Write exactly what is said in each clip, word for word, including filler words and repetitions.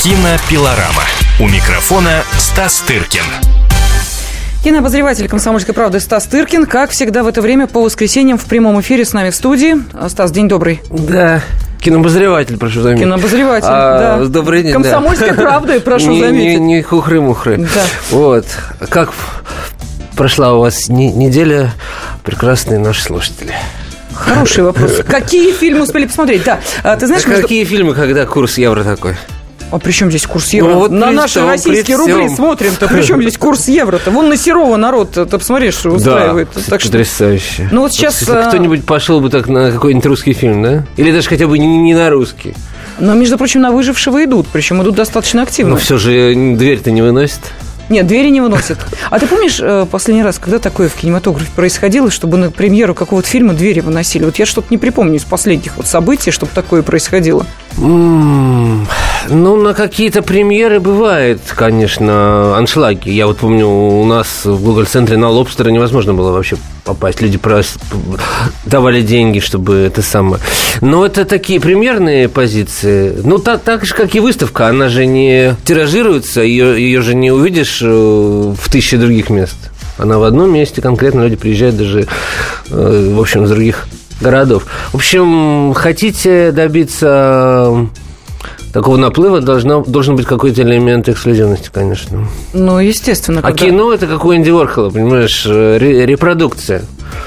Кинопилорама. У микрофона Стас Тыркин. Кинообозреватель «Комсомольской правды» Стас Тыркин. Как всегда в это время по воскресеньям в прямом эфире с нами в студии. Стас, день добрый. Да, кинообозреватель, прошу заметить. Кинообозреватель, а, да. Добрый день, «Комсомольской да. правды», прошу не, заметить. Не, не хухры-мухры. Да. Вот. Как прошла у вас не, неделя, прекрасные наши слушатели? Хороший вопрос. Какие фильмы успели посмотреть? Да, ты знаешь... А какие между... фильмы, когда курс евро такой? А при чем здесь курс евро? Ну, вот на наши всем, российские рубли смотрим-то. При чем здесь курс евро-то? Вон на Серова народ, ты посмотри, что устраивает. Да, так потрясающе. Что... Ну вот сейчас... Вот, если кто-нибудь пошел бы так на какой-нибудь русский фильм, да? Или даже хотя бы не, не на русский. Но, между прочим, на «Выжившего» идут. Причем идут достаточно активно. Но все же дверь-то не выносит. Нет, двери не выносят. А ты помнишь последний раз, когда такое в кинематографе происходило, чтобы на премьеру какого-то фильма двери выносили? Вот я что-то не припомню из последних вот событий, чтобы такое происходило. Mm, ну, на какие-то премьеры бывает, конечно, аншлаги. Я вот помню, у нас в Google-центре на «Лобстера» невозможно было вообще попасть. Люди просто давали деньги, чтобы это самое. Но это такие премьерные позиции. Ну, так, так же, как и выставка. Она же не тиражируется, ее, ее же не увидишь в тысячи других мест. Она в одном месте конкретно, люди приезжают даже, в общем, из других городов. В общем, хотите добиться такого наплыва, должно, должен быть какой-то элемент эксклюзивности, конечно. Ну, естественно. А когда... кино – это как у Энди Уорхола, понимаешь, репродукция.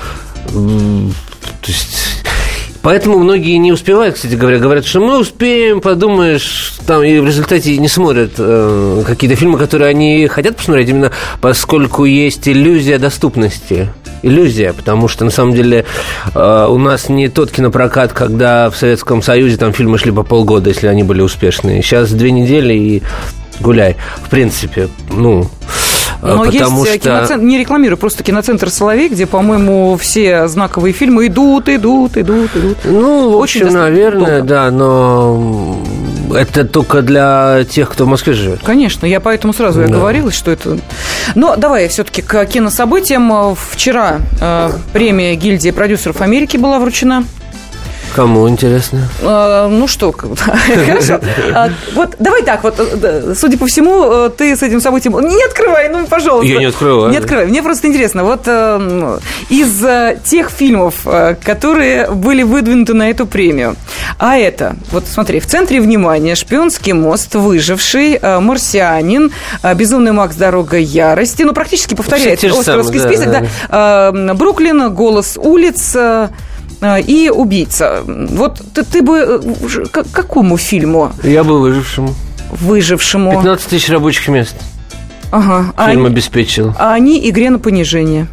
То есть... Поэтому многие не успевают, кстати говоря, говорят, что мы успеем, подумаешь, там, и в результате не смотрят э, какие-то фильмы, которые они хотят посмотреть, именно поскольку есть иллюзия доступности. Иллюзия, потому что, на самом деле, э, у нас не тот кинопрокат, когда в Советском Союзе там фильмы шли по полгода, если они были успешные. Сейчас две недели и гуляй. В принципе, ну... Но потому есть что... киноцентр, не рекламирую, просто киноцентр «Соловей», где, по-моему, все знаковые фильмы идут, идут, идут, идут. Ну, в общем, очень наверное, долго. Да, но это только для тех, кто в Москве живет. Конечно, я поэтому сразу да. и говорила, что это... Но давай все-таки к кинособытиям. Вчера э, премия гильдии продюсеров Америки была вручена. Кому интересно? А, ну что, хорошо. А, вот давай так, вот, судя по всему, ты с этим событием... Не открывай, ну, пожалуйста. Я не открываю. Не открывай. Мне просто интересно, вот э, из тех фильмов, которые были выдвинуты на эту премию, а это, вот смотри, в центре внимания «Шпионский мост», «Выживший», «Марсианин», «Безумный Макс. Дорога ярости», ну, практически повторяется оскаровский да, список, да, да. Да. «Бруклин», «Голос улиц», и «Убийца». Вот ты, ты бы к какому фильму? Я бы «Выжившему». «Выжившему». пятнадцать тысяч рабочих мест. Ага. Фильм а обеспечил. А они «Игре на понижение».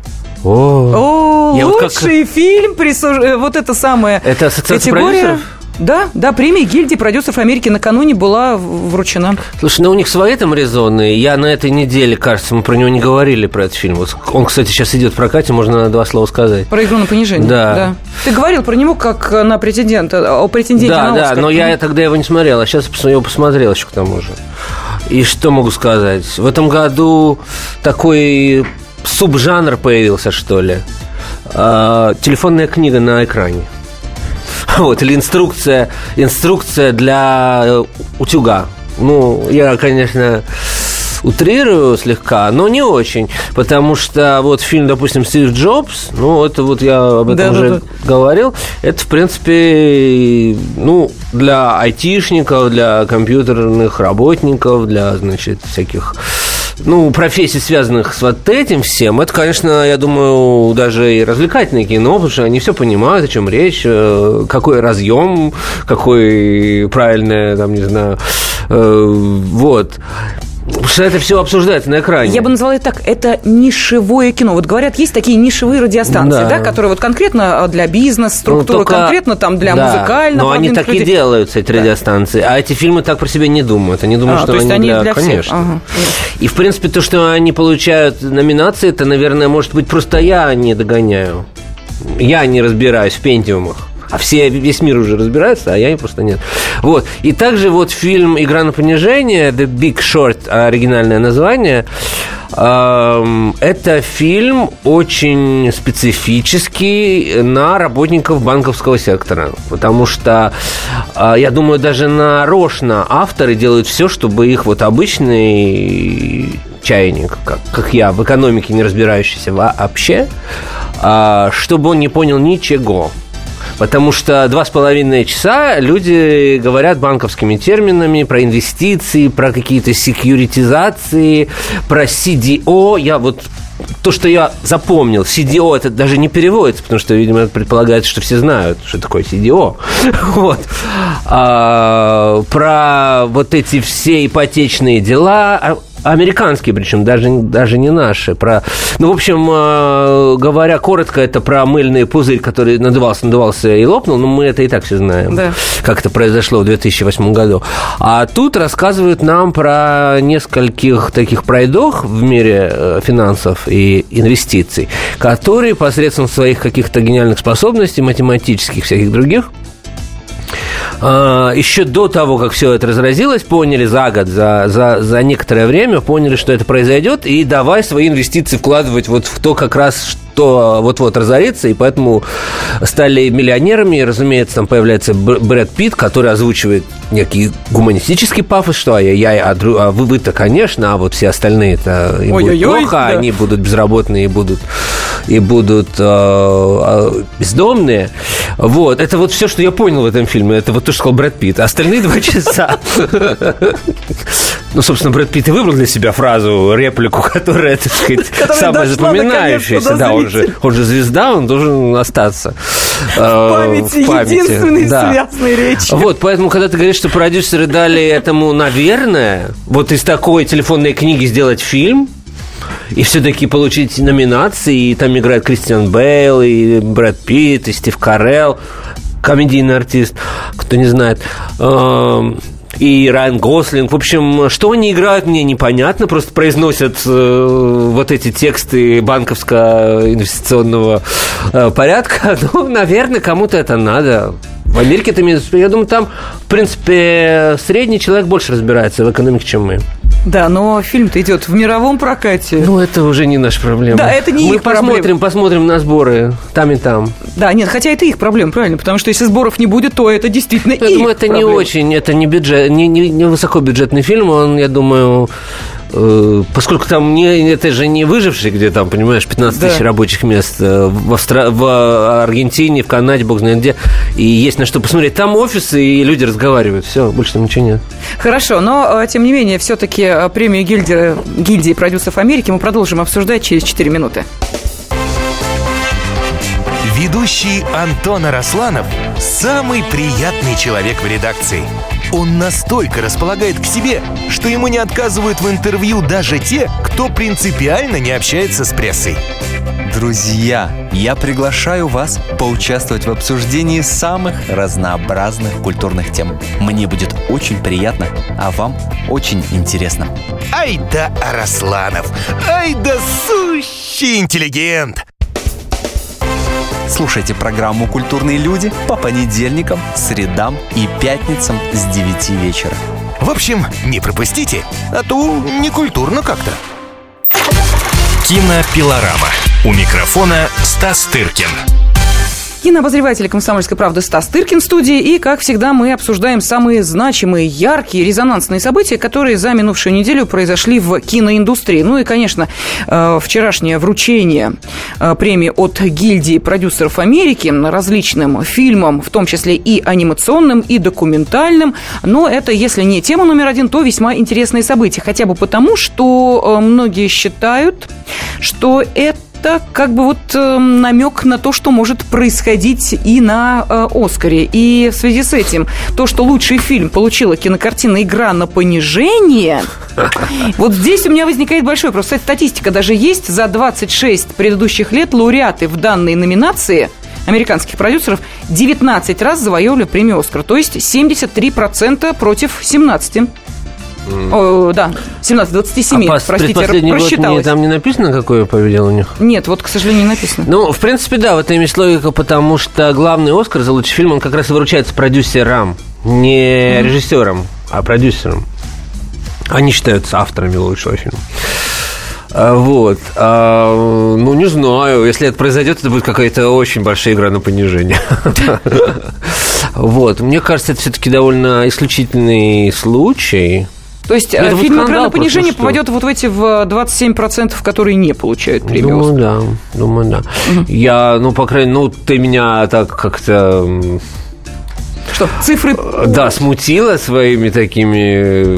О, О я лучший вот как... фильм, присуж... вот это самая это ассоциация категория. Продюсеров? Да, да, премия гильдии продюсеров Америки накануне была вручена. Слушай, ну у них свои там резоны. Я на этой неделе, кажется, мы про него не говорили, про этот фильм. Он, кстати, сейчас идет в прокате, можно два слова сказать. Про «Игру на понижение». Да. да. Ты говорил про него как на претендента, о претенденте да, на Оскар. Да, да, но я тогда его не смотрел, а сейчас я его посмотрел еще к тому же. И что могу сказать? В этом году такой субжанр появился, что ли. Телефонная книга на экране. Вот, или инструкция, инструкция для утюга. Ну, я, конечно, утрирую слегка, но не очень. Потому что вот фильм, допустим, «Стив Джобс», ну, это вот я об этом да, уже да, да. говорил, это, в принципе, ну, для айтишников, для компьютерных работников, для, значит, всяких... Ну, профессий, связанных с вот этим всем, это, конечно, я думаю, даже и развлекательное кино, потому что они все понимают, о чем речь, какой разъем, какой правильный, там, не знаю, вот. Потому что это все обсуждается на экране. Я бы назвала это так, это нишевое кино. Вот говорят, есть такие нишевые радиостанции, да, да которые вот конкретно для бизнес-структуры, ну, только... конкретно там для да, музыкального. Но они так людей. И делают, эти да. радиостанции. А эти фильмы так про себя не думают. Они думают, а, что они, они для... для конечно. Ага. И, в принципе, то, что они получают номинации, это, наверное, может быть, просто я не догоняю. Я не разбираюсь в пентиумах. А все, весь мир уже разбирается, а я просто нет. Вот. И также вот фильм «Игра на понижение», «The Big Short», оригинальное название, Это фильм очень специфический на работников банковского сектора, потому что, я думаю, даже нарочно авторы делают все, чтобы их вот обычный чайник, как, как я, в экономике не разбирающийся вообще, чтобы он не понял ничего. Потому что два с половиной часа люди говорят банковскими терминами про инвестиции, про какие-то секьюритизации, про си ди о. Я вот то, что я запомнил, си ди о, это даже не переводится, потому что, видимо, предполагается, что все знают, что такое си ди о. Вот. А, про вот эти все ипотечные дела, американские, причем даже, даже не наши. Про, ну, в общем, э, говоря коротко, это про мыльный пузырь, который надувался, надувался и лопнул, но мы это и так все знаем, да. Как это произошло в две тысячи восьмом году. А тут рассказывают нам про нескольких таких пройдох в мире финансов и инвестиций, которые посредством своих каких-то гениальных способностей, математических, всяких других, еще до того, как все это разразилось, поняли за год, за, за, за некоторое время, поняли, что это произойдет, и давай свои инвестиции вкладывать вот в то, как раз, что вот-вот разорится, и поэтому стали миллионерами, и, разумеется, там появляется Брэд Питт, который озвучивает некий гуманистический пафос, что ай-яй-яй, а, а вы, вы-то, конечно, а вот все остальные-то им будет плохо, да. Они будут безработные и будут, и будут э, э, бездомные. Вот, это вот все, что я понял в этом фильме, это вот то, что сказал Брэд Питт. Остальные два часа. Ну, собственно, Брэд Питт и выбрал для себя фразу, реплику, которая, так сказать, самая запоминающаяся. Да, он же, он же звезда, он должен остаться в памяти, в памяти. Единственной да. связной речи. Вот, поэтому, когда ты говоришь, что продюсеры дали этому, наверное, вот из такой телефонной книги сделать фильм, и все-таки получить номинации, и там играет Кристиан Бейл, и Брэд Питт, и Стив Карелл, комедийный артист, кто не знает, и Райан Гослинг. В общем, что они играют, мне непонятно, просто произносят вот эти тексты банковско-инвестиционного порядка. Ну, наверное, кому-то это надо. В Америке, это, я думаю, там, в принципе, средний человек больше разбирается в экономике, чем мы. Да, но фильм-то идет в мировом прокате. Ну, это уже не наша проблема. Да, это не Мы их посмотрим, проблема. посмотрим на сборы там и там. Да, нет, хотя это их проблема, правильно, потому что если сборов не будет, то это действительно я их думаю, это проблема. не очень, это не бюджет, не, не, не высокобюджетный фильм, он, я думаю, э, поскольку там не, это же не выживший, где там, понимаешь, пятнадцать тысяч да. рабочих мест в, Австра... в Аргентине, в Канаде, бог знает где, и есть на что посмотреть. Там офисы, и люди разговаривают, все, больше там ничего нет. Хорошо, но, тем не менее, все-таки премию гильдии, гильдии продюсеров Америки мы продолжим обсуждать через четыре минуты. Ведущий Антон Арасланов – самый приятный человек в редакции. Он настолько располагает к себе, что ему не отказывают в интервью даже те, кто принципиально не общается с прессой. Друзья, я приглашаю вас поучаствовать в обсуждении самых разнообразных культурных тем. Мне будет очень приятно, а вам очень интересно. Ай да Арасланов! Ай да сущий интеллигент! Слушайте программу «Культурные люди» по понедельникам, средам и пятницам с девяти вечера. В общем, не пропустите, а то некультурно как-то. Кинопилорама. У микрофона Стас Тыркин. Кинообозреватель «Комсомольской правды» Стас Тыркин в студии. И, как всегда, мы обсуждаем самые значимые, яркие, резонансные события, которые за минувшую неделю произошли в киноиндустрии. Ну и, конечно, вчерашнее вручение премии от гильдии продюсеров Америки различным фильмам, в том числе и анимационным, и документальным. Но это, если не тема номер один, то весьма интересные события. Хотя бы потому, что многие считают, что это Это как бы вот э, намек на то, что может происходить и на э, «Оскаре». И в связи с этим то, что лучший фильм получила кинокартина «Игра на понижение», вот здесь у меня возникает большой вопрос. Кстати, статистика даже есть. За двадцать шесть предыдущих лет лауреаты в данной номинации американских продюсеров девятнадцать раз завоевывали премию «Оскар». То есть семьдесят три процента против семнадцати. Mm. О, да, семнадцать двадцать семь, а простите, просчиталась. Не, там не написано, какой победил у них? Нет, вот, к сожалению, не написано. Ну, в принципе, да, в этом есть логика, потому что главный «Оскар» за лучший фильм, он как раз и выручается продюсерам, не mm. режиссерам, а продюсерам. Они считаются авторами лучшего фильма. А, вот. А, ну, не знаю. Если это произойдет, это будет какая-то очень большая игра на понижение. Вот. Мне кажется, это все-таки довольно исключительный случай. То есть это фильм вот «Игра на понижение» что? попадет вот в эти в двадцать семь процентов, которые не получают премию. Думаю, да. Думаю, да. Угу. Я, ну, по крайней мере, ну, ты меня так как-то... Что, цифры... Да, смутила своими такими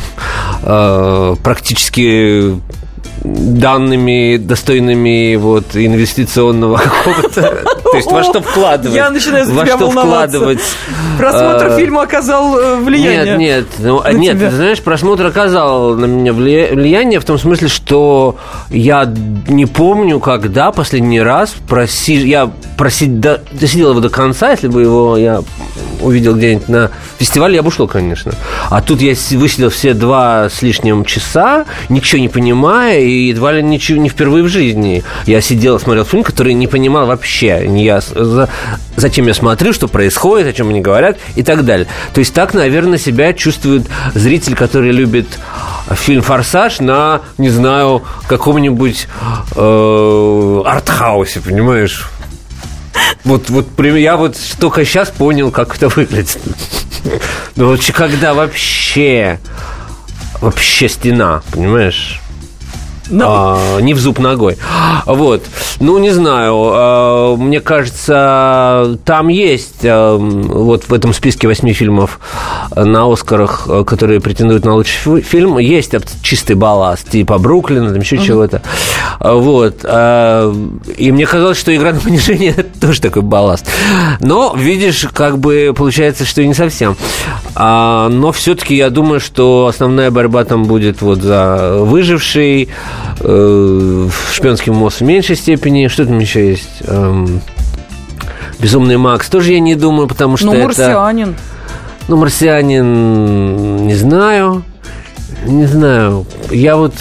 э, практически данными, достойными вот инвестиционного какого-то. То есть во что вкладывать? Я начинаю за во тебя что волноваться. Вкладывать? Просмотр а, фильма оказал влияние. Нет, нет, ну, нет, тебя. Ты знаешь, просмотр оказал на меня влияние в том смысле, что я не помню, когда последний раз проси, я просид, до, досидел его до конца, если бы его я увидел где-нибудь на фестивале, я бы ушел, конечно. А тут я высидел все два с лишним часа, ничего не понимая, и едва ли ничего не впервые в жизни. Я сидел, смотрел фильм, который не понимал вообще, не я, за, зачем я смотрю, что происходит, о чем они говорят и так далее. То есть так, наверное, себя чувствует зритель, который любит фильм «Форсаж» на, не знаю, каком-нибудь э, артхаусе, понимаешь? Вот, вот я вот только сейчас понял, как это выглядит. Ну вот когда вообще вообще стена, понимаешь? No. А, не в зуб ногой. Вот. Ну, не знаю. А, мне кажется, там есть а, вот в этом списке восьми фильмов на «Оскарах», которые претендуют на лучший фильм, есть чистый балласт, типа «Бруклина», там еще uh-huh. чего-то. Вот. А, и мне казалось, что «Игра на понижение» – тоже такой балласт. Но, видишь, как бы получается, что и не совсем. А, но все-таки я думаю, что основная борьба там будет вот за «Выживший», «Шпионский мост» в меньшей степени. Что там еще есть? Эм, «Безумный Макс» тоже я не думаю, потому что ну, это... «Марсианин». Ну, «Марсианин» не знаю. Не знаю. Я вот...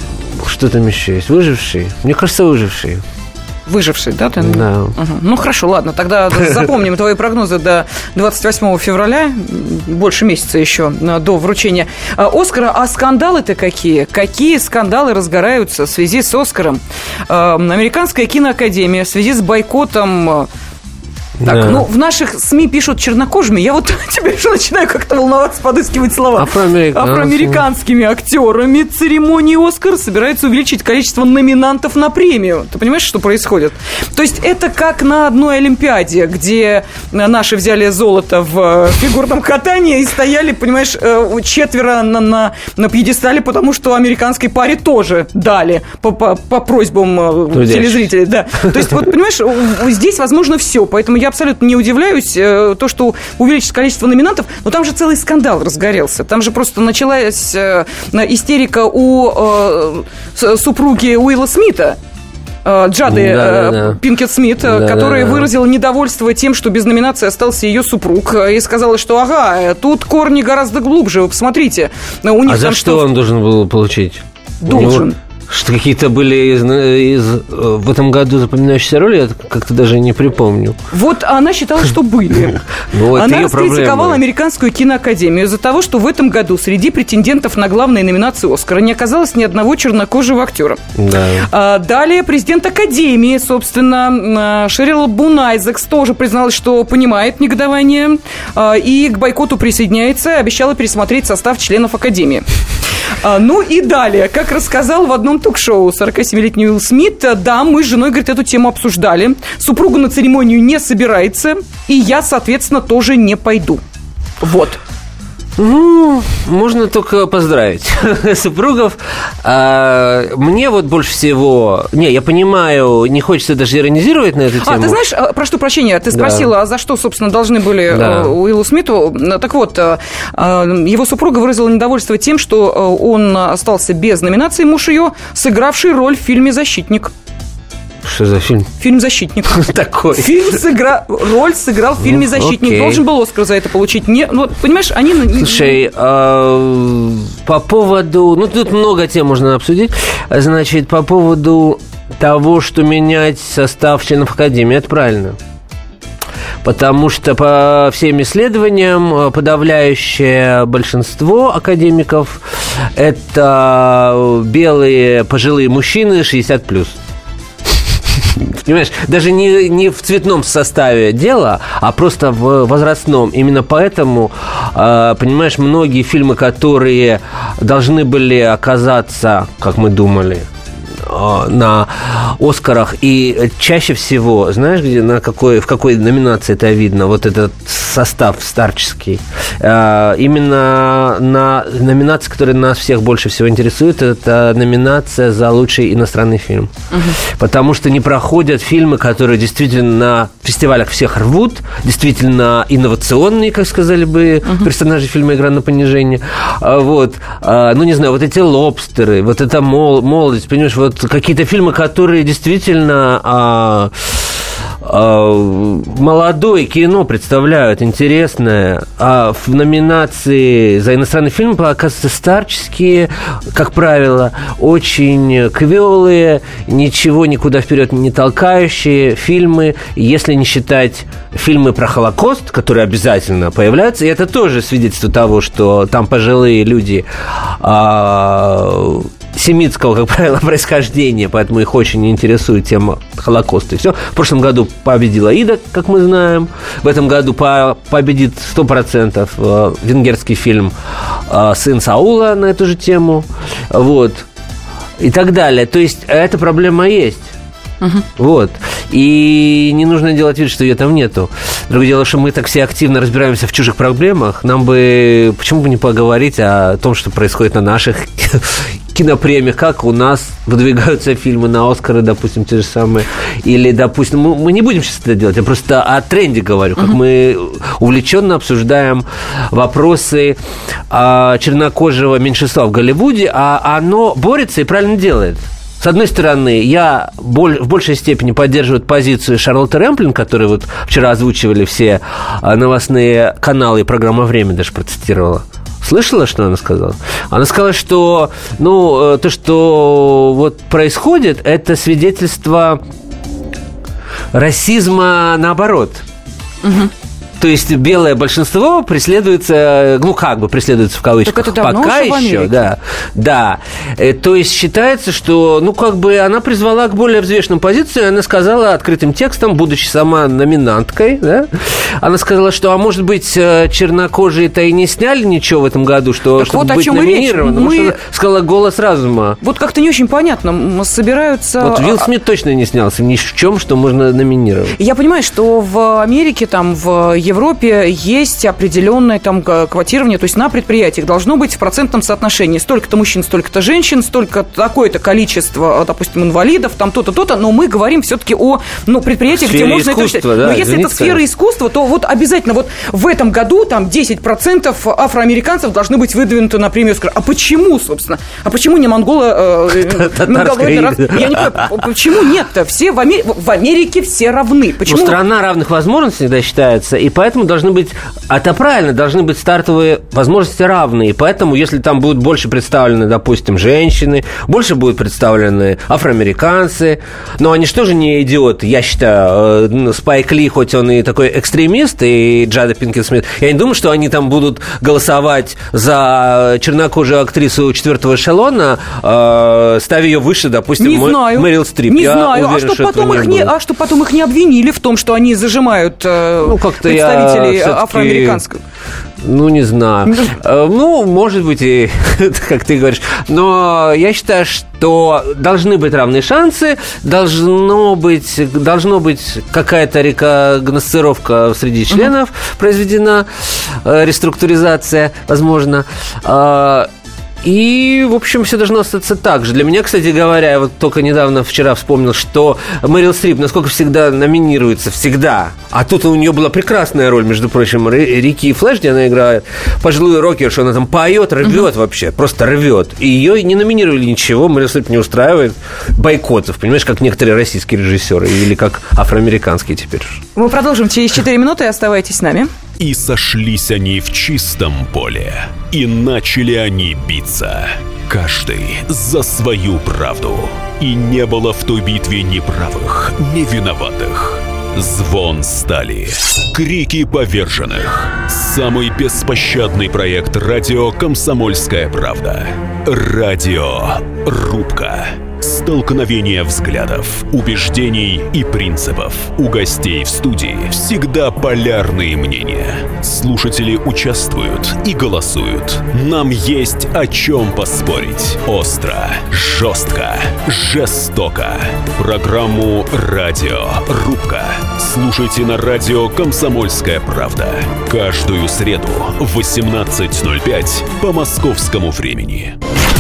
Что там еще есть? «Выживший»? Мне кажется, «Выживший». Выживший, да? Ты? Да. Угу. Ну, хорошо, ладно. Тогда запомним твои прогнозы до двадцать восьмого февраля. Больше месяца еще до вручения «Оскара». А скандалы-то какие? Какие скандалы разгораются в связи с «Оскаром»? Американская киноакадемия в связи с бойкотом... Так, да. Ну, в наших СМИ пишут чернокожими. Я вот теперь уже начинаю как-то волноваться, подыскивать слова. Афроамериканскими. Афроамериканскими актерами церемонии «Оскар» собирается увеличить количество номинантов на премию. Ты понимаешь, что происходит? То есть это как на одной Олимпиаде, где наши взяли золото в фигурном катании и стояли, понимаешь, четверо на, на, на пьедестале, потому что американской паре тоже дали по, по, по просьбам Трудящий. телезрителей. Да. То есть, вот, понимаешь, здесь возможно все, поэтому я Я абсолютно не удивляюсь, э, то, что увеличится количество номинантов, но там же целый скандал разгорелся. Там же просто началась э, истерика у э, супруги Уилла Смита, э, Джады да, э, да, да. Пинкет Смит, да, которая да, да. выразила недовольство тем, что без номинации остался ее супруг, и сказала, что ага, тут корни гораздо глубже, вы посмотрите. У них а за что он должен был получить? Должен. Что какие-то были из, из, в этом году запоминающиеся роли, я как-то даже не припомню. Вот она считала, что были. Ну, она раскритиковала Американскую киноакадемию из-за того, что в этом году среди претендентов на главные номинации «Оскара» не оказалось ни одного чернокожего актера. Да. А, далее президент Академии, собственно, Шерил Бун Айзекс тоже призналась, что понимает негодование а, и к бойкоту присоединяется, обещала пересмотреть состав членов Академии. А, ну и далее, как рассказал в одном ток-шоу сорокасемилетний Уилл Смит, да, мы с женой, говорит, эту тему обсуждали. Супруга на церемонию не собирается, и я, соответственно, тоже не пойду. Вот. Ну, можно только поздравить супругов. А, мне вот больше всего... Не, я понимаю, не хочется даже иронизировать на эту тему. А, ты знаешь, прошу прощения, ты спросила, да. а за что, собственно, должны были да. Уиллу Смиту. Так вот, его супруга выразила недовольство тем, что он остался без номинации, муж ее, сыгравший роль в фильме «Защитник». Что за фильм? Фильм «Защитник». Такой. Фильм сыграл, роль сыграл в фильме «Защитник». Окей. Должен был «Оскар» за это получить. Не, ну, понимаешь, они... Слушай, а, по поводу... Ну, тут много тем можно обсудить. Значит, по поводу того, что менять состав членов Академии, это правильно. Потому что по всем исследованиям подавляющее большинство академиков это белые пожилые мужчины шестьдесят плюс. Понимаешь, даже не, не в цветном составе дела, а просто в возрастном. Именно поэтому, э, понимаешь, многие фильмы, которые должны были оказаться, как мы думали, э, на «Оскарах», и чаще всего, знаешь, где, на какой, в какой номинации это видно, вот этот состав старческий, э, именно на номинации, которая нас всех больше всего интересует, это номинация за лучший иностранный фильм. Угу. Потому что не проходят фильмы, которые действительно на фестивалях всех рвут, действительно инновационные, как сказали бы угу. персонажи фильма «Игра на понижение». Вот. Ну, не знаю, вот эти «Лобстеры», вот эта молодость, понимаешь, вот какие-то фильмы, которые действительно а, а, молодое кино представляют, интересное. А в номинации за иностранный фильм, оказывается, старческие, как правило, очень квелые, ничего никуда вперед не толкающие фильмы, если не считать фильмы про Холокост, которые обязательно появляются, и это тоже свидетельство того, что там пожилые люди а, семитского, как правило, происхождения, поэтому их очень интересует тема Холокоста. И все. В прошлом году победила «Ида», как мы знаем. В этом году по- победит сто процентов венгерский фильм «Сын Саула» на эту же тему. Вот. И так далее. То есть, эта проблема есть. Uh-huh. Вот. И не нужно делать вид, что ее там нету. Другое дело, что мы так все активно разбираемся в чужих проблемах. Нам бы почему бы не поговорить о том, что происходит на наших кинопремиях, как у нас выдвигаются фильмы на «Оскары», допустим, те же самые. Или, допустим, мы, мы не будем сейчас это делать, я просто о тренде говорю, как uh-huh. мы увлеченно обсуждаем вопросы а, чернокожего меньшинства в Голливуде, а оно борется и правильно делает. С одной стороны, я боль, в большей степени поддерживаю позицию Шарлотты Рэмплин, которую вот вчера озвучивали все новостные каналы и программа «Время» даже процитировала. Слышала, что она сказала? Она сказала, что ну, то, что вот происходит, это свидетельство расизма наоборот. Угу. То есть белое большинство преследуется, ну как бы преследуется в кавычках, так это давно пока уже в Америке. еще, да, да. То есть считается, что, ну как бы она призвала к более взвешенным позициям, она сказала открытым текстом, будучи сама номинанткой, да, она сказала, что, а может быть, чернокожие-то и не сняли ничего в этом году, что так чтобы вот, быть номинированным, мы... потому что она сказала «Голос разума». Вот как-то не очень понятно, собираются... Вот Уилл Смит точно не снялся ни в чем, что можно номинировать. Я понимаю, что в Америке, там, в Европе есть определенное там квотирование, то есть на предприятиях должно быть в процентном соотношении столько-то мужчин, столько-то женщин, столько такое-то количество, допустим, инвалидов, там то-то, то-то, но мы говорим все-таки о ну, предприятиях, где можно искусства, это... Да, но если извините, это сфера конечно. искусства, то вот обязательно вот в этом году там десять процентов афроамериканцев должны быть выдвинуты на премию «Оскар». А почему, собственно? А почему не монголо... Я не понимаю, почему нет-то? Все в Америке все равны. Почему? Страна равных возможностей всегда считается, и поэтому должны быть, это правильно, должны быть стартовые возможности равные. И поэтому, если там будут больше представлены, допустим, женщины, больше будут представлены афроамериканцы, но они что же не идиоты? Я считаю, Спайк Ли, хоть он и такой экстремист, и Джада Пинкет Смит, я не думаю, что они там будут голосовать за чернокожую актрису четвертого эшелона, э, ставя ее выше, допустим, не знаю. Мэрил Стрип. Не я знаю. Уверен, а, что что потом их не, а что потом их не обвинили в том, что они зажимают э, ну, представителей афроамериканского? Ну, не знаю. Ну, может быть, и как ты говоришь. Но я считаю, что должны быть равные шансы, должно быть, должно быть какая-то рекогносцировка среди членов uh-huh. произведена, реструктуризация, возможно. И, в общем, все должно остаться так же. Для меня, кстати говоря, я вот только недавно, вчера вспомнил, что Мэрил Стрип, насколько всегда номинируется, всегда. А тут у нее была прекрасная роль, между прочим, Рики и Флэш, где она играет пожилую рокершу, она там поет, рвет uh-huh. вообще, просто рвет. И ее не номинировали ничего, Мэрил Стрип не устраивает бойкотов, понимаешь, как некоторые российские режиссеры или как афроамериканские теперь. Мы продолжим через четыре минуты, оставайтесь с нами. И сошлись они в чистом поле, и начали они биться, каждый за свою правду. И не было в той битве ни правых, ни виноватых. Звон стали. Крики поверженных. Самый беспощадный проект радио «Комсомольская правда». Радиорубка. Столкновение взглядов, убеждений и принципов. У гостей в студии всегда полярные мнения. Слушатели участвуют и голосуют. Нам есть о чем поспорить. Остро, жестко, жестоко. Программу «Радиорубка» слушайте на радио «Комсомольская правда». Каждую среду в восемнадцать ноль пять по московскому времени.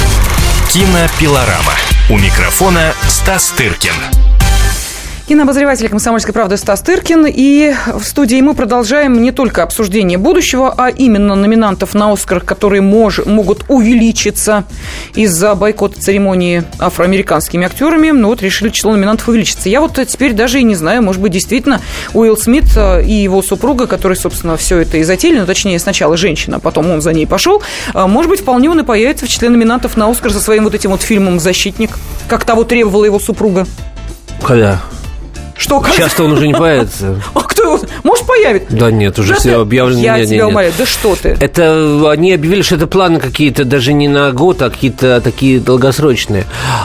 Кинопилорама. У микрофона Стас Тыркин. Кинообозреватель «Комсомольской правды» Стас Тыркин. И в студии мы продолжаем не только обсуждение будущего, а именно номинантов на «Оскар», которые мож, могут увеличиться из-за бойкота церемонии афроамериканскими актерами. Ну вот решили число номинантов увеличиться. Я вот теперь даже и не знаю, может быть, действительно Уилл Смит и его супруга, которые, собственно, все это и затеяли, ну, точнее, сначала женщина, потом он за ней пошел, может быть, вполне он и появится в числе номинантов на «Оскар» со своим вот этим вот фильмом «Защитник», как того требовала его супруга. Когда? Что, как? Сейчас-то он уже не появится. А кто его? Может, появится? Да нет, уже да все ты... объявлено. Я нет, тебя нет, умоляю, нет. да что ты? Это они объявили, что это планы какие-то даже не на год, а какие-то такие долгосрочные.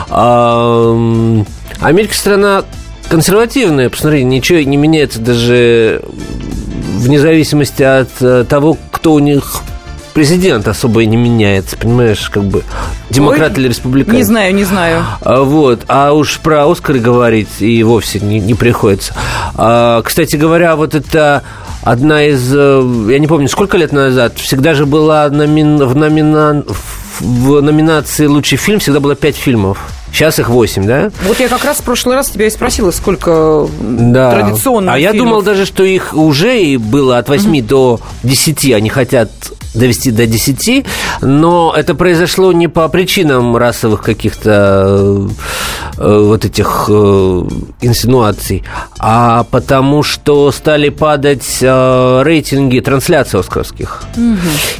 А, Америка страна консервативная, посмотри, ничего не меняется даже вне зависимости от того, кто у них президент, особо и не меняется, понимаешь, как бы демократ или республиканец. Не знаю, не знаю. А, вот, а уж про «Оскары» говорить и вовсе не, не приходится. А, кстати говоря, вот это одна из, я не помню, сколько лет назад, всегда же была номин, в, номина, в номинации «Лучший фильм» всегда было пять фильмов. Сейчас их восемь, да? Вот я как раз в прошлый раз тебя и спросила, сколько да. традиционных А я фильмов. думал даже, что их уже и было от восьми mm-hmm. до десяти. Они хотят довести до десяти, но это произошло не по причинам расовых каких-то э, вот этих э, инсинуаций, а потому что стали падать э, рейтинги трансляций оскаровских. Mm-hmm.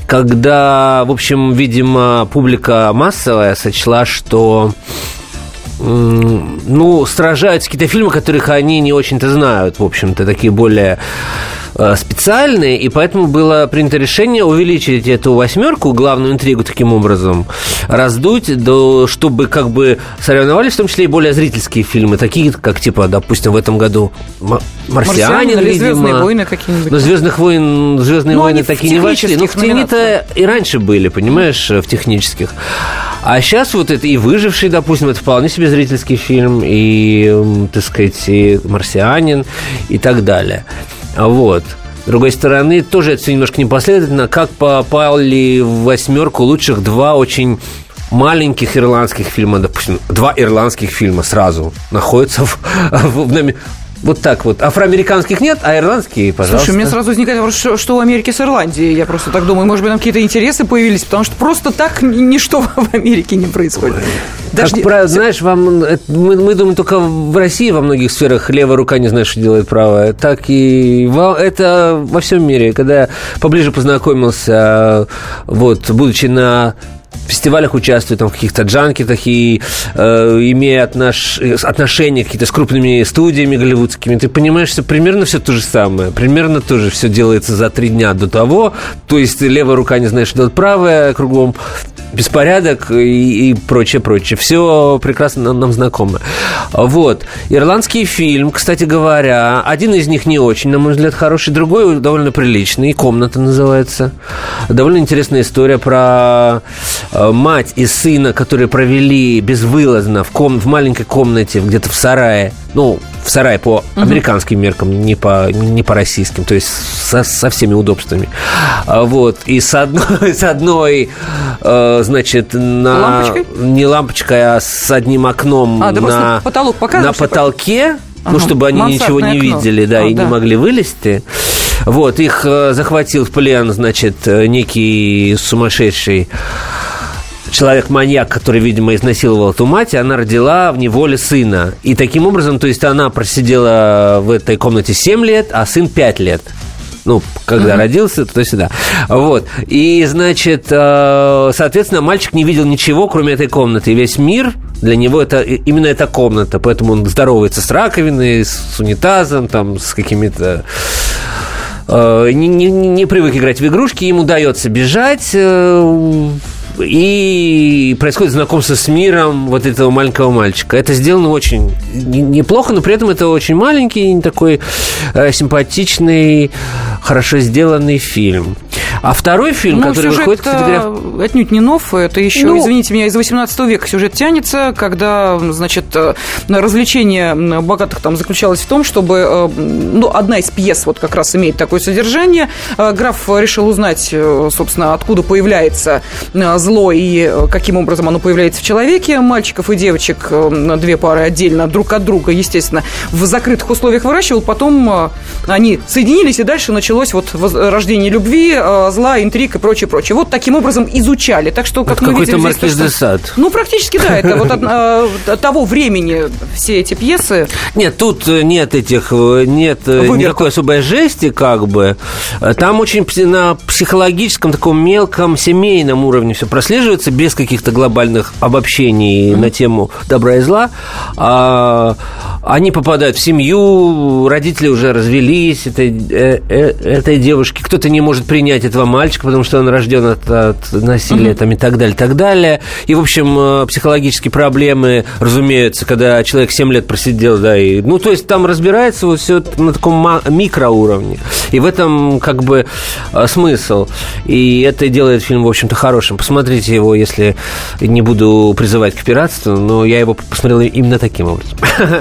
Когда, в общем, видимо, публика массовая сочла, что ну, сражаются какие-то фильмы, которых они не очень-то знают, в общем-то, такие более э, специальные, и поэтому было принято решение увеличить эту восьмерку, главную интригу таким образом, раздуть, до, чтобы как бы соревновались в том числе и более зрительские фильмы, такие, как, типа, допустим, в этом году «Марсианин», или видимо. «Звездные войны» какие-нибудь. Но «Звездных войн», «Звездные ну, войны» такие не вошли. Ну, в «Тени»-то и раньше были, понимаешь, в технических. А сейчас вот это и «Выживший», допустим, это вполне себе зрительский фильм, и, так сказать, и «Марсианин», и так далее. Вот. С другой стороны, тоже это все немножко непоследовательно. Как попали в восьмерку лучших два очень маленьких ирландских фильма, допустим, два ирландских фильма сразу находятся в, в, в вот так вот. Афроамериканских нет, а ирландские, пожалуйста. Слушай, у меня сразу возникает вопрос, что, что у Америки с Ирландией. Я просто так думаю, может быть, там какие-то интересы появились, потому что просто так ничто в Америке не происходит. Даже... Как правило, знаешь, вам, мы, мы думаем только в России во многих сферах левая рука не знает, что делает правая. Так и во, это во всем мире. Когда я поближе познакомился, вот, будучи на фестивалях участвую, там, в каких-то джанкетах и э, имея отнош... отношения какие-то с крупными студиями голливудскими, ты понимаешь, что примерно все то же самое. Примерно тоже все делается за три дня до того. То есть левая рука не знает, что делать правая, кругом беспорядок и, и прочее, прочее. Все прекрасно нам, нам знакомо. Вот. Ирландский фильм, кстати говоря, один из них не очень, на мой взгляд, хороший, другой довольно приличный. «Комната» называется. Довольно интересная история про мать и сына, которые провели безвылазно в, ком... в маленькой комнате где-то в сарае. Ну, в сарае по американским меркам, не по, не по российским, то есть со, со всеми удобствами. Вот. И с одной, с одной значит, на... Лампочкой? Не лампочкой, а с одним окном а, на, потолок на потолке, ага. ну, чтобы они ничего не окно. видели, да, а, и да. не могли вылезти. Вот. Их захватил в плен, значит, некий сумасшедший человек-маньяк, который, видимо, изнасиловал эту мать, и она родила в неволе сына. И таким образом, то есть она просидела в этой комнате семь лет, а сын пять лет. Ну, когда uh-huh. родился, туда-сюда. Вот. И, значит, соответственно, мальчик не видел ничего, кроме этой комнаты. И весь мир для него это именно эта комната. Поэтому он здоровается с раковиной, с унитазом, там, с какими-то... Не, не, не привык играть в игрушки, ему удается бежать... И происходит знакомство с миром вот этого маленького мальчика. Это сделано очень неплохо, но при этом это очень маленький, такой э, симпатичный, хорошо сделанный фильм. А второй фильм, ну, который выходит, кстати говоря... отнюдь не нов, это еще, ну, извините меня, из восемнадцатого века сюжет тянется, когда, значит, развлечение богатых там заключалось в том, чтобы, ну, одна из пьес вот как раз имеет такое содержание. Граф решил узнать, собственно, откуда появляется зло и каким образом оно появляется в человеке. Мальчиков и девочек, две пары отдельно друг от друга, естественно, в закрытых условиях выращивал. Потом они соединились, и дальше началось вот рождение любви, зла, интриг и прочее, прочее. Вот таким образом изучали. Так что, как это мы видим, какой-то Маркиз де Сад. Ну, практически, да. Это вот от, от того времени все эти пьесы. Нет, тут нет этих, нет Выверка. Никакой особой жести, как бы. Там очень на психологическом, таком мелком, семейном уровне все прослеживается, без каких-то глобальных обобщений mm-hmm. на тему добра и зла. А, они попадают в семью, родители уже развелись этой, э, э, этой девушки. Кто-то не может принять этого мальчика, потому что он рожден от, от насилия mm-hmm. там, и так далее, и так далее. И, в общем, психологические проблемы, разумеется, когда человек семь лет просидел, да, и, ну, то есть там разбирается вот все на таком микроуровне. И в этом, как бы, смысл. И это делает фильм, в общем-то, хорошим. Посмотрите его, если не буду призывать к пиратству, но я его посмотрел именно таким образом.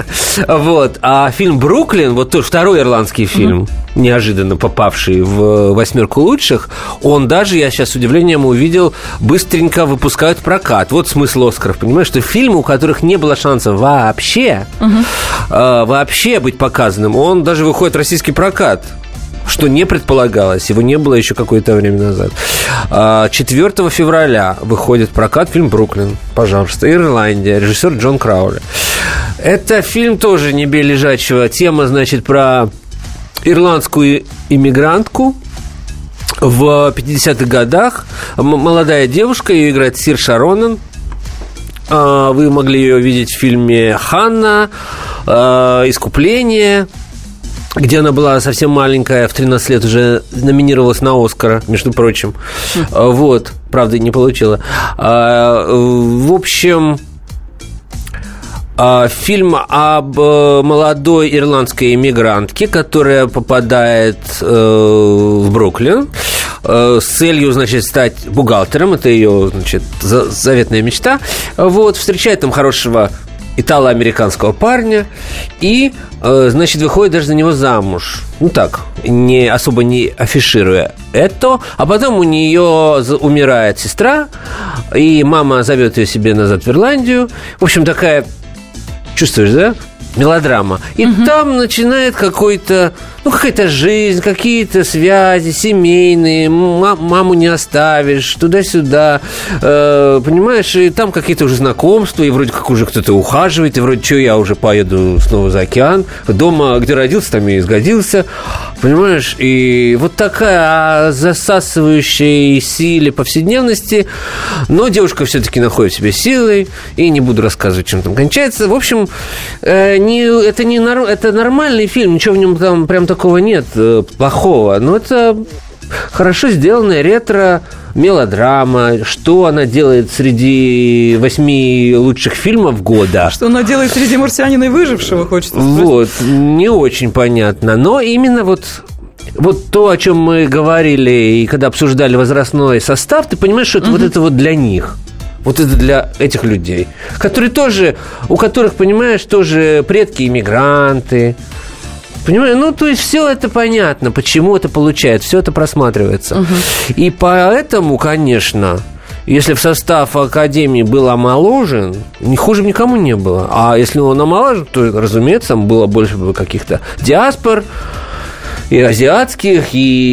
Вот. А фильм «Бруклин», вот тот второй ирландский фильм, неожиданно попавший в восьмерку лучших, он даже, я сейчас с удивлением увидел, быстренько выпускают в прокат. Вот смысл «Оскаров», понимаешь, что фильмы, у которых не было шанса вообще, угу. э, вообще быть показанным, он даже выходит в российский прокат, что не предполагалось, его не было еще какое-то время назад. четвёртого февраля выходит в прокат фильм «Бруклин». Пожалуйста, Ирландия, режиссер Джон Краули. Это фильм тоже не бей лежачего. Тема, значит, про ирландскую иммигрантку в пятидесятых годах. Молодая девушка, ее играет Сирша Ронан. Вы могли ее видеть в фильме «Ханна», «Искупление», где она была совсем маленькая, в тринадцать лет уже номинировалась на «Оскара», между прочим. Mm. Вот, правда, не получила. В общем, фильм об молодой ирландской иммигрантке, которая попадает в Бруклин с целью, значит, стать бухгалтером. Это ее, значит, заветная мечта. Вот, встречает там хорошего итало-американского парня и, значит, выходит даже за него замуж. Ну так, не, особо не афишируя это. А потом у нее умирает сестра, и мама зовет ее себе назад в Ирландию. В общем, такая, чувствуешь, да? Мелодрама. И угу. там начинает какой-то, ну, какая-то жизнь, какие-то связи семейные, маму не оставишь, туда-сюда, э, понимаешь, и там какие-то уже знакомства, и вроде как уже кто-то ухаживает, и вроде, что я уже поеду снова за океан, дома, где родился, там я и сгодился, понимаешь, и вот такая засасывающая силе повседневности, но девушка все-таки находит в себе силы, и не буду рассказывать, чем там кончается. В общем, э, не, это, не, это нормальный фильм, ничего в нем там прям такого нет плохого, но это хорошо сделанная ретро-мелодрама. Что она делает среди восьми лучших фильмов года? Что она делает среди «Марсианина и выжившего», хочется сказать. Вот, не очень понятно, но именно вот... Вот то, о чем мы говорили, и когда обсуждали возрастной состав, ты понимаешь, что это угу. вот это вот для них. Вот это для этих людей, которые тоже, у которых, понимаешь, тоже предки иммигранты. Понимаешь, ну, то есть все это понятно, почему это получается, все это просматривается. Угу. И поэтому, конечно, если в состав Академии был омоложен, ни хуже никому не было. А если он омоложен, то, разумеется, там было больше каких-то диаспор, и азиатских,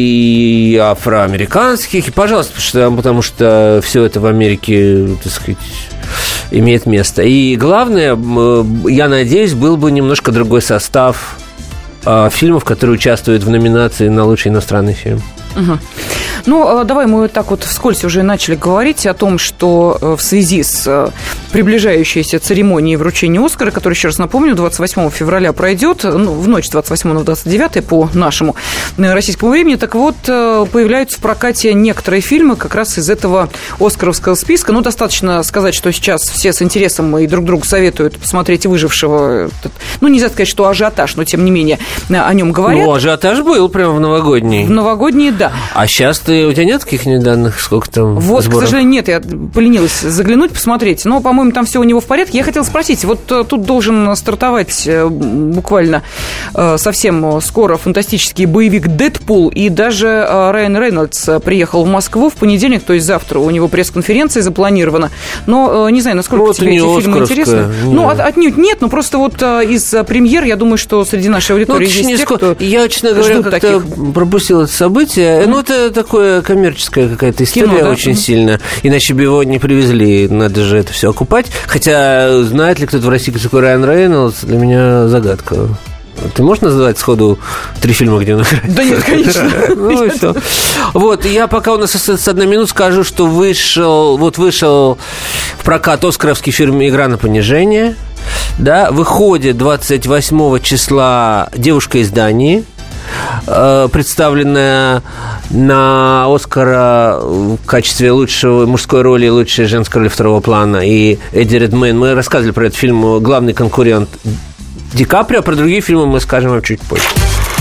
и афроамериканских, и, пожалуйста, потому что, потому что все это в Америке, так сказать, имеет место. И главное, я надеюсь, был бы немножко другой состав э, фильмов, которые участвуют в номинации на лучший иностранный фильм. Угу. Ну, давай мы вот так вот вскользь уже начали говорить о том, что в связи с приближающейся церемонией вручения «Оскара», которая, еще раз напомню, двадцать восьмого февраля пройдет, ну, в ночь двадцать восьмого на двадцать девятое по нашему российскому времени, так вот, появляются в прокате некоторые фильмы как раз из этого оскаровского списка. Ну, достаточно сказать, что сейчас все с интересом и друг другу советуют посмотреть «Выжившего». Ну, нельзя сказать, что ажиотаж, но, тем не менее, о нем говорят. Ну, ажиотаж был прямо в новогодний. В новогодний, да. А сейчас ты, у тебя нет каких-нибудь данных, сколько там Вот, сборов? К сожалению, нет, я поленилась заглянуть, посмотреть. Но, по-моему, там все у него в порядке. Я хотела спросить, вот тут должен стартовать буквально совсем скоро фантастический боевик «Дэдпул», и даже Райан Рейнольдс приехал в Москву в понедельник, то есть завтра у него пресс-конференция запланирована. Но не знаю, насколько вот тебе эти фильмы интересны. Нет. Ну, от, отнюдь нет, но просто вот из премьер, я думаю, что среди нашей аудитории ну, есть те, кто Я, честно говоря, как-то таких... пропустил это событие. Mm-hmm. Ну, это такое коммерческая какая-то история. Кино, да? Очень mm-hmm. сильно. Иначе бы его не привезли. Надо же это все окупать. Хотя, знает ли кто-то в России, кто такой Райан Рейнольдс, для меня загадка. Ты можешь назвать сходу три фильма, где он играет? Да нет, конечно. Ну и все. Вот, я пока у нас остается одна минута, скажу, что вышел, вот вышел в прокат оскаровский фильм «Игра на понижение». Да, выходит двадцать восьмого числа «Девушка из Дании», представленная на «Оскара» в качестве лучшего мужской роли и лучшей женской роли второго плана, и Эдди Редмейн. Мы рассказывали про этот фильм, главный конкурент Ди Каприо. Про другие фильмы мы скажем вам чуть позже.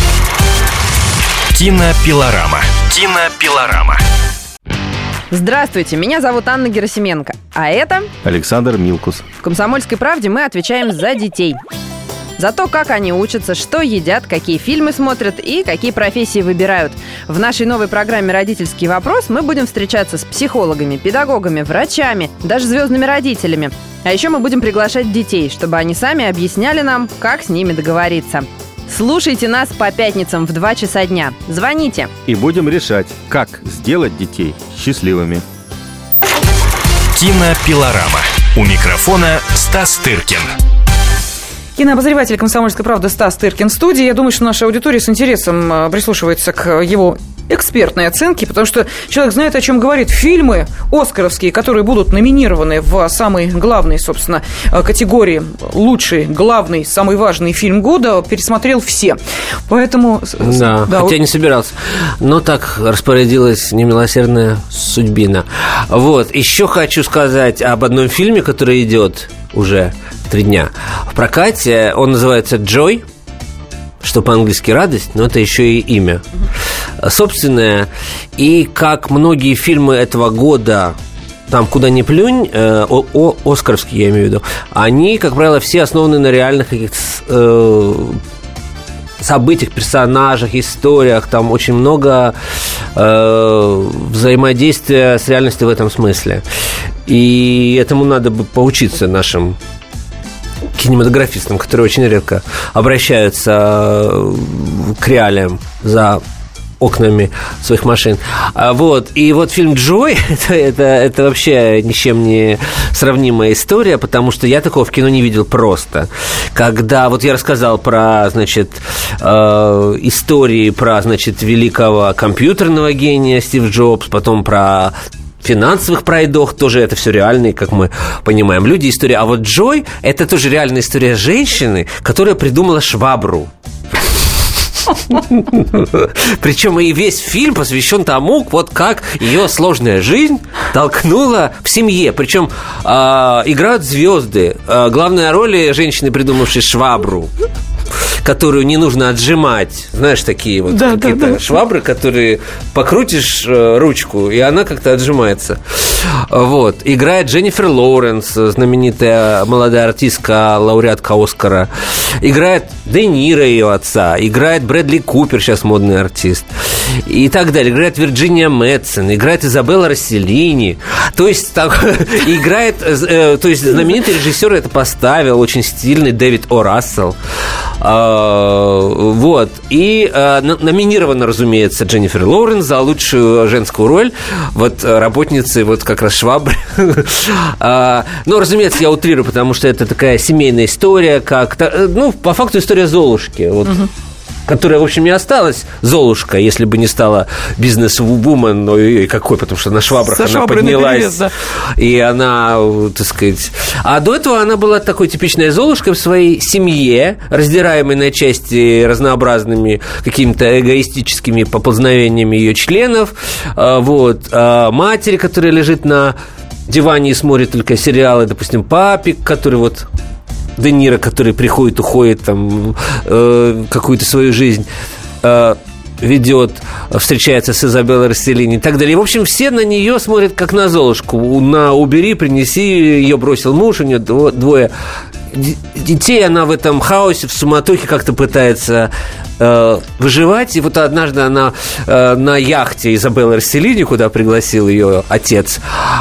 Кинопилорама. Кинопилорама. Здравствуйте, меня зовут Анна Герасименко, а это Александр Милкус. В «Комсомольской правде» мы отвечаем за детей. За то, как они учатся, что едят, какие фильмы смотрят и какие профессии выбирают. В нашей новой программе «Родительский вопрос» мы будем встречаться с психологами, педагогами, врачами, даже звездными родителями. А еще мы будем приглашать детей, чтобы они сами объясняли нам, как с ними договориться. Слушайте нас по пятницам в два часа дня. Звоните. И будем решать, как сделать детей счастливыми. Кинопилорама. У микрофона Стас Тыркин. Кинообозреватель «Комсомольской правды» Стас Тыркин в студии. Я думаю, что наша аудитория с интересом прислушивается к его экспертной оценке, потому что человек знает, о чем говорит. Фильмы оскаровские, которые будут номинированы в самой главной, собственно, категории лучший, главный, самый важный фильм года, пересмотрел все. Поэтому... Да, да, хотя вот... не собирался. Но так распорядилась немилосердная судьбина. Вот. Еще хочу сказать об одном фильме, который идет уже три дня в прокате. Он называется «Джой», что по-английски «радость», но это еще и имя собственное. И как многие фильмы этого года, там «Куда ни плюнь», э, о, о, оскаровские, я имею в виду, они, как правило, все основаны на реальных каких-то э, событиях, персонажах, историях. Там очень много э, взаимодействия с реальностью в этом смысле. И этому надо бы поучиться нашим кинематографистам, которые очень редко обращаются к реалиям за окнами своих машин. Вот. И вот фильм «Джой» это, это, это вообще ни с чем не сравнимая история, потому что я такого в кино не видел просто. Когда вот я рассказал про, значит, э, истории про, значит, великого компьютерного гения Стив Джобс, потом про финансовых пройдох, тоже это все реальные, как мы понимаем, люди, история. А вот «Джой» – это тоже реальная история женщины, которая придумала швабру. Причем и весь фильм посвящен тому, вот как ее сложная жизнь толкнула в семье. Причем э, играют звезды. Э, главная роль женщины, придумавшей швабру, которую не нужно отжимать. Знаешь, такие вот да, какие-то да, да. швабры, которые покрутишь э, ручку, и она как-то отжимается. Вот. Играет Дженнифер Лоуренс, знаменитая молодая артистка, лауреатка Оскара. Играет Де Ниро, ее отца. Играет Брэдли Купер, сейчас модный артист. И так далее. Играет Вирджиния Мэтсон. Играет Изабелла Росселлини. То есть, там, играет... Э, то есть, знаменитый режиссер это поставил, очень стильный Дэвид О. Рассел. Вот. И э, номинирована, разумеется, Дженнифер Лоуренс за лучшую женскую роль. Вот работницы, вот как раз швабры. Но, разумеется, я утрирую, потому что это такая семейная история, как... Ну, по факту история Золушки. Вот. которая, в общем, не осталась Золушка, если бы не стала бизнес-вумен, ну и какой, потому что на швабрах Со она поднялась, да. И она, так сказать... А до этого она была такой типичной Золушкой в своей семье, раздираемой на части разнообразными какими-то эгоистическими поползновениями ее членов, вот, матери, которая лежит на диване и смотрит только сериалы, допустим, папик, который вот... Де Ниро, который приходит, уходит, там, э, какую-то свою жизнь э, ведет, встречается с Изабеллой Росселлини и так далее. И, в общем, все на нее смотрят как на Золушку. На «убери, принеси», ее бросил муж, у нее двое детей, она в этом хаосе, в суматохе как-то пытается э, выживать. И вот однажды она э, на яхте Изабеллы Росселлини, куда пригласил ее отец,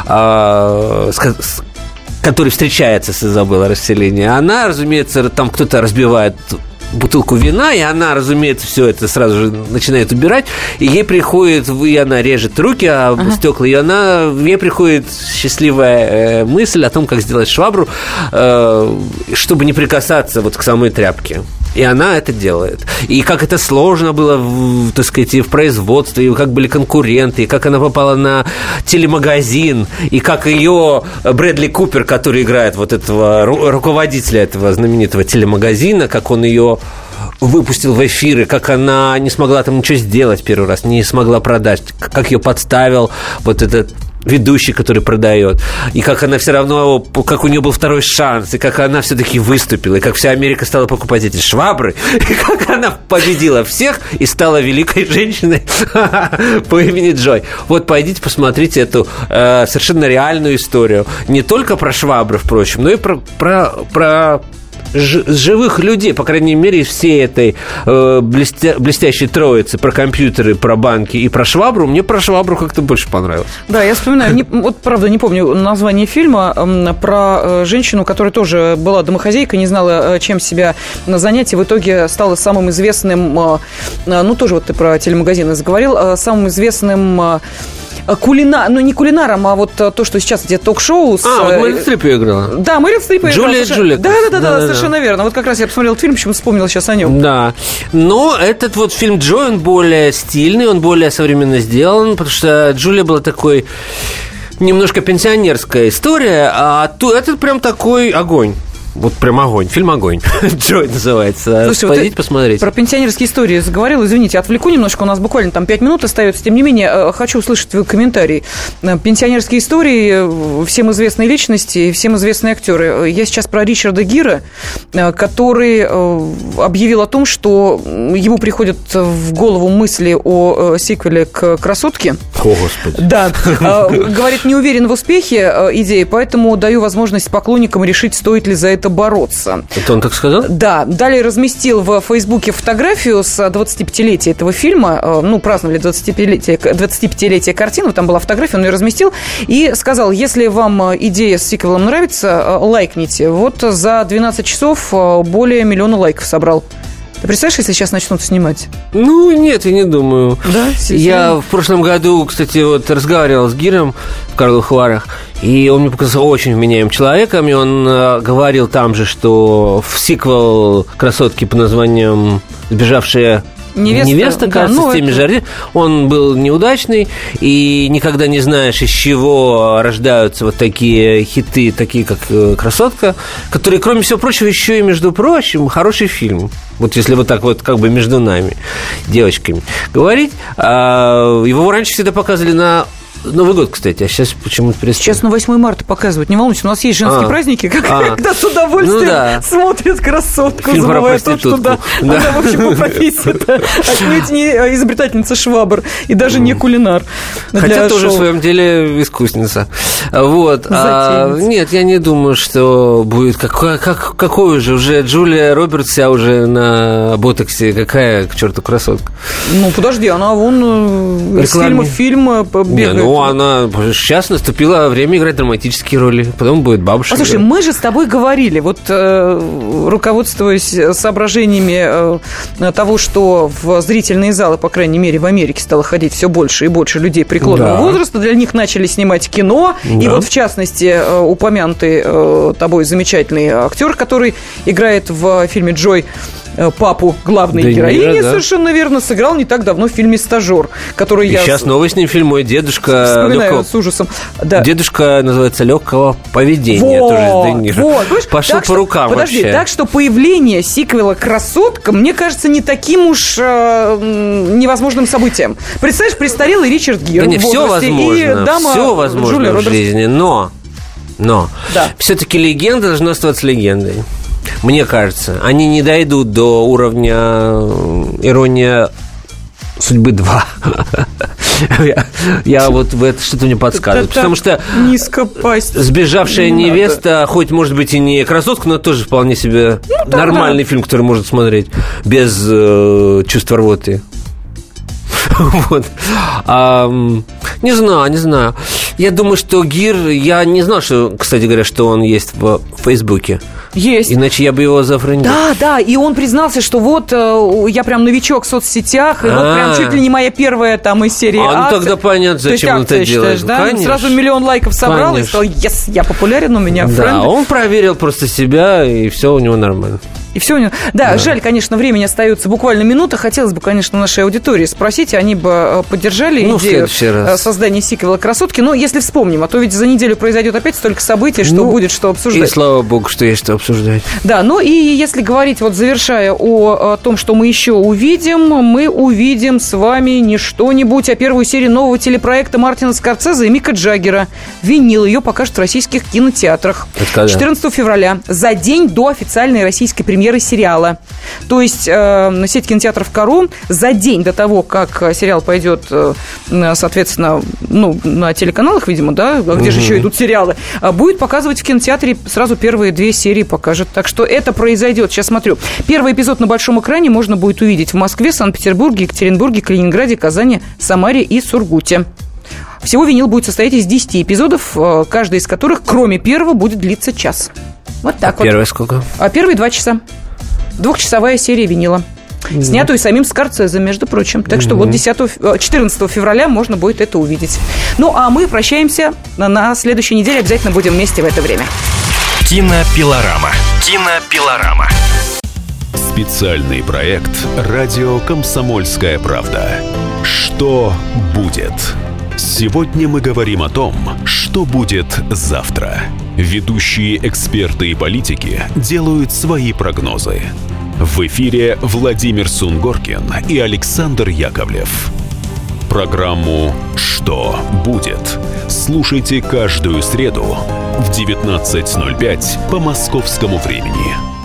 э, с, который встречается с Изабеллой Росселлини, она, разумеется, там кто-то разбивает бутылку вина, и она, разумеется, все это сразу же начинает убирать, и ей приходит, и она режет руки об ага. стекла, и она, ей приходит счастливая э, мысль о том, как сделать швабру, э, чтобы не прикасаться вот к самой тряпке. И она это делает. И как это сложно было, в, так сказать, и в производстве, и как были конкуренты, и как она попала на телемагазин, и как ее Брэдли Купер, который играет вот этого ру- руководителя этого знаменитого телемагазина, как он ее выпустил в эфиры, как она не смогла там ничего сделать первый раз, не смогла продать, как ее подставил вот этот ведущий, который продает, и как она все равно, как у нее был второй шанс, и как она все-таки выступила, и как вся Америка стала покупать эти швабры, и как она победила всех и стала великой женщиной по имени Джой. Вот пойдите посмотрите эту э, совершенно реальную историю. Не только про швабры, впрочем, но и про, про, про живых людей, по крайней мере, из всей этой э, блестя, блестящей троицы про компьютеры, про банки и про швабру. Мне про швабру как-то больше понравилось. Да, я вспоминаю, не, вот правда не помню название фильма, э, про э, женщину, которая тоже была домохозяйкой, не знала, э, чем себя занять, и в итоге стала самым известным, э, э, ну тоже вот ты про телемагазины заговорил, э, самым известным... Э, Кулина... Ну, не кулинаром, а вот то, что сейчас где ток-шоу с... А, вот Мэрил Стрип ее играла. Да, Мэрил Стрип ее играла. Джулия Джулия. Да-да-да, совершенно верно. Вот как раз я посмотрел фильм, почему вспомнил сейчас о нем. Да. Но этот вот фильм Джой, он более стильный, он более современно сделан, потому что Джулия была такой... немножко пенсионерская история, а этот прям такой огонь. Вот прям огонь. Фильм «Огонь». Джой называется. Слушай, пойдите вот посмотреть. Про пенсионерские истории заговорил. Извините, отвлеку немножко. У нас буквально там пять минут остается. Тем не менее, хочу услышать твой комментарий. Пенсионерские истории, всем известные личности, всем известные актеры. Я сейчас про Ричарда Гира, который объявил о том, что ему приходят в голову мысли о сиквеле к «Красотке». О, Господи. Да. Говорит, не уверен в успехе идеи, поэтому даю возможность поклонникам решить, стоит ли за это бороться. Это он так сказал? Да. Далее разместил в Фейсбуке фотографию с двадцатипятилетия этого фильма. Ну, праздновали двадцатипятилетие, двадцатипятилетие картины. Там была фотография, он ее разместил. И сказал, если вам идея с сиквелом нравится, лайкните. Вот за двенадцать часов более миллиона лайков собрал. Ты представляешь, если сейчас начнут снимать? Ну, нет, я не думаю. Да? Я в прошлом году, кстати, вот разговаривал с Гиром в Карловых Варах, и он мне показался очень вменяемым человеком, и он э, говорил там же, что в сиквел «Красотки» по названием «Сбежавшая невеста», невеста кажется, да, ну, с теми это... же, он был неудачный, и никогда не знаешь, из чего рождаются вот такие хиты, такие как «Красотка», которые, кроме всего прочего, еще и, между прочим, хороший фильм. Вот если вот так вот как бы между нами, девочками, говорить. А, его раньше всегда показывали на Новый год, кстати, а сейчас почему-то перестали. Сейчас на восьмое марта показывают. Не волнуйся, у нас есть женские а, праздники, как, а, когда с удовольствием ну, да. смотрят «Красотку», фильм забывая то, что да, да. Она, в общем, по профессии-то отнюдь не изобретательница швабр и даже не кулинар. Хотя тоже шоу. В своем деле искусница. Вот. А, нет, я не думаю, что будет... Как, как, какой уже? Уже Джулия Робертс вся уже на ботоксе. Какая, к черту, красотка? Ну, подожди, она вон из фильма в фильм бегает. Ну, она сейчас наступило время играть драматические роли, потом будет бабушка. А, слушай, мы же с тобой говорили, вот э, руководствуясь соображениями э, того, что в зрительные залы, по крайней мере, в Америке стало ходить все больше и больше людей преклонного да. возраста, для них начали снимать кино, да. и вот, в частности, э, упомянутый э, тобой замечательный актер, который играет в фильме «Джой», папу главной Де героини, Ниро, да. совершенно верно, сыграл не так давно в фильме «Стажер», который И я сейчас новый с ним фильм «Мой дедушка». вспоминаю легкого... с ужасом. Да. Дедушка называется «Легкого поведения». Вот, тоже с Де Ниро. вот. Пошел Так по что, рукам подожди, вообще. так что появление сиквела «Красотка», мне кажется, не таким уж э, невозможным событием. Представляешь, престарелый Ричард Гир Да не, в все возрасте возможно, и дама все возможно Джулия в Робертс. жизни, но, но Да. все-таки легенда должна оставаться легендой. Мне кажется, они не дойдут до уровня э, «Ирония судьбы два». я, я вот в это что-то мне подсказывает. Это Потому что низко пасть. «Сбежавшая Не невеста», надо. Хоть, может быть, и не красотка, но тоже вполне себе Ну, да, нормальный да. фильм, который можно смотреть без э, чувства рвоты. Вот. А, не знаю, не знаю. Я думаю, что Гир... Я не знал, что, кстати говоря, что он есть в Фейсбуке. Есть. Иначе я бы его зафрендил. Да, да, и он признался, что вот э, я прям новичок в соцсетях, и вот прям А. чуть ли не моя первая там из серии А, ну акций. тогда понятно, То есть зачем он акция, это делает. считаешь, да? Конечно. Сразу миллион лайков собрал Конечно. и сказал, yes, я популярен, у меня Да, френды. он проверил просто себя, и все у него нормально. И все у него. Да, да, жаль, конечно, времени остается буквально минута. Хотелось бы, конечно, нашей аудитории спросить, они бы э, поддержали Ну, в идею следующий раз. э, создания сиквела «Красотки». Но если вспомним, а то ведь за неделю произойдет опять столько событий, что Ну, будет что И обсуждать. слава богу, что есть что обсуждать. Да, ну и если говорить, вот завершая о, о том, что мы еще увидим, мы увидим с вами не что-нибудь, а первую серию нового телепроекта Мартина Скорсезе и Мика Джаггера. «Винил». Ее покажут в российских кинотеатрах. Это когда? четырнадцатого февраля, за день до официальной российской премьеры сериала. То есть э, сеть кинотеатров «Кару» за день до того, как сериал пойдет, э, соответственно, ну, на телеканалах, видимо, да, где угу. же еще идут сериалы, будет показывать в кинотеатре, сразу первые две серии покажет. Так что это произойдет. Сейчас смотрю. Первый эпизод на большом экране можно будет увидеть в Москве, Санкт-Петербурге, Екатеринбурге, Калининграде, Казани, Самаре и Сургуте. Всего «Винил» будет состоять из десяти эпизодов, каждый из которых, кроме первого, будет длиться час. Вот так а вот. Первый сколько? А первый два часа. Двухчасовая серия «Винила». Mm-hmm. Снятую самим Скорсезе, между прочим. Так что mm-hmm. вот десятого, четырнадцатого февраля можно будет это увидеть. Ну, а мы прощаемся. На следующей неделе обязательно будем вместе в это время. Кинопилорама. Кинопилорама. Специальный проект «Радио Комсомольская правда». Что будет? Сегодня мы говорим о том, что будет завтра. Ведущие эксперты и политики делают свои прогнозы. В эфире Владимир Сунгоркин и Александр Яковлев. Программу «Что будет?» слушайте каждую среду в девятнадцать ноль пять по московскому времени.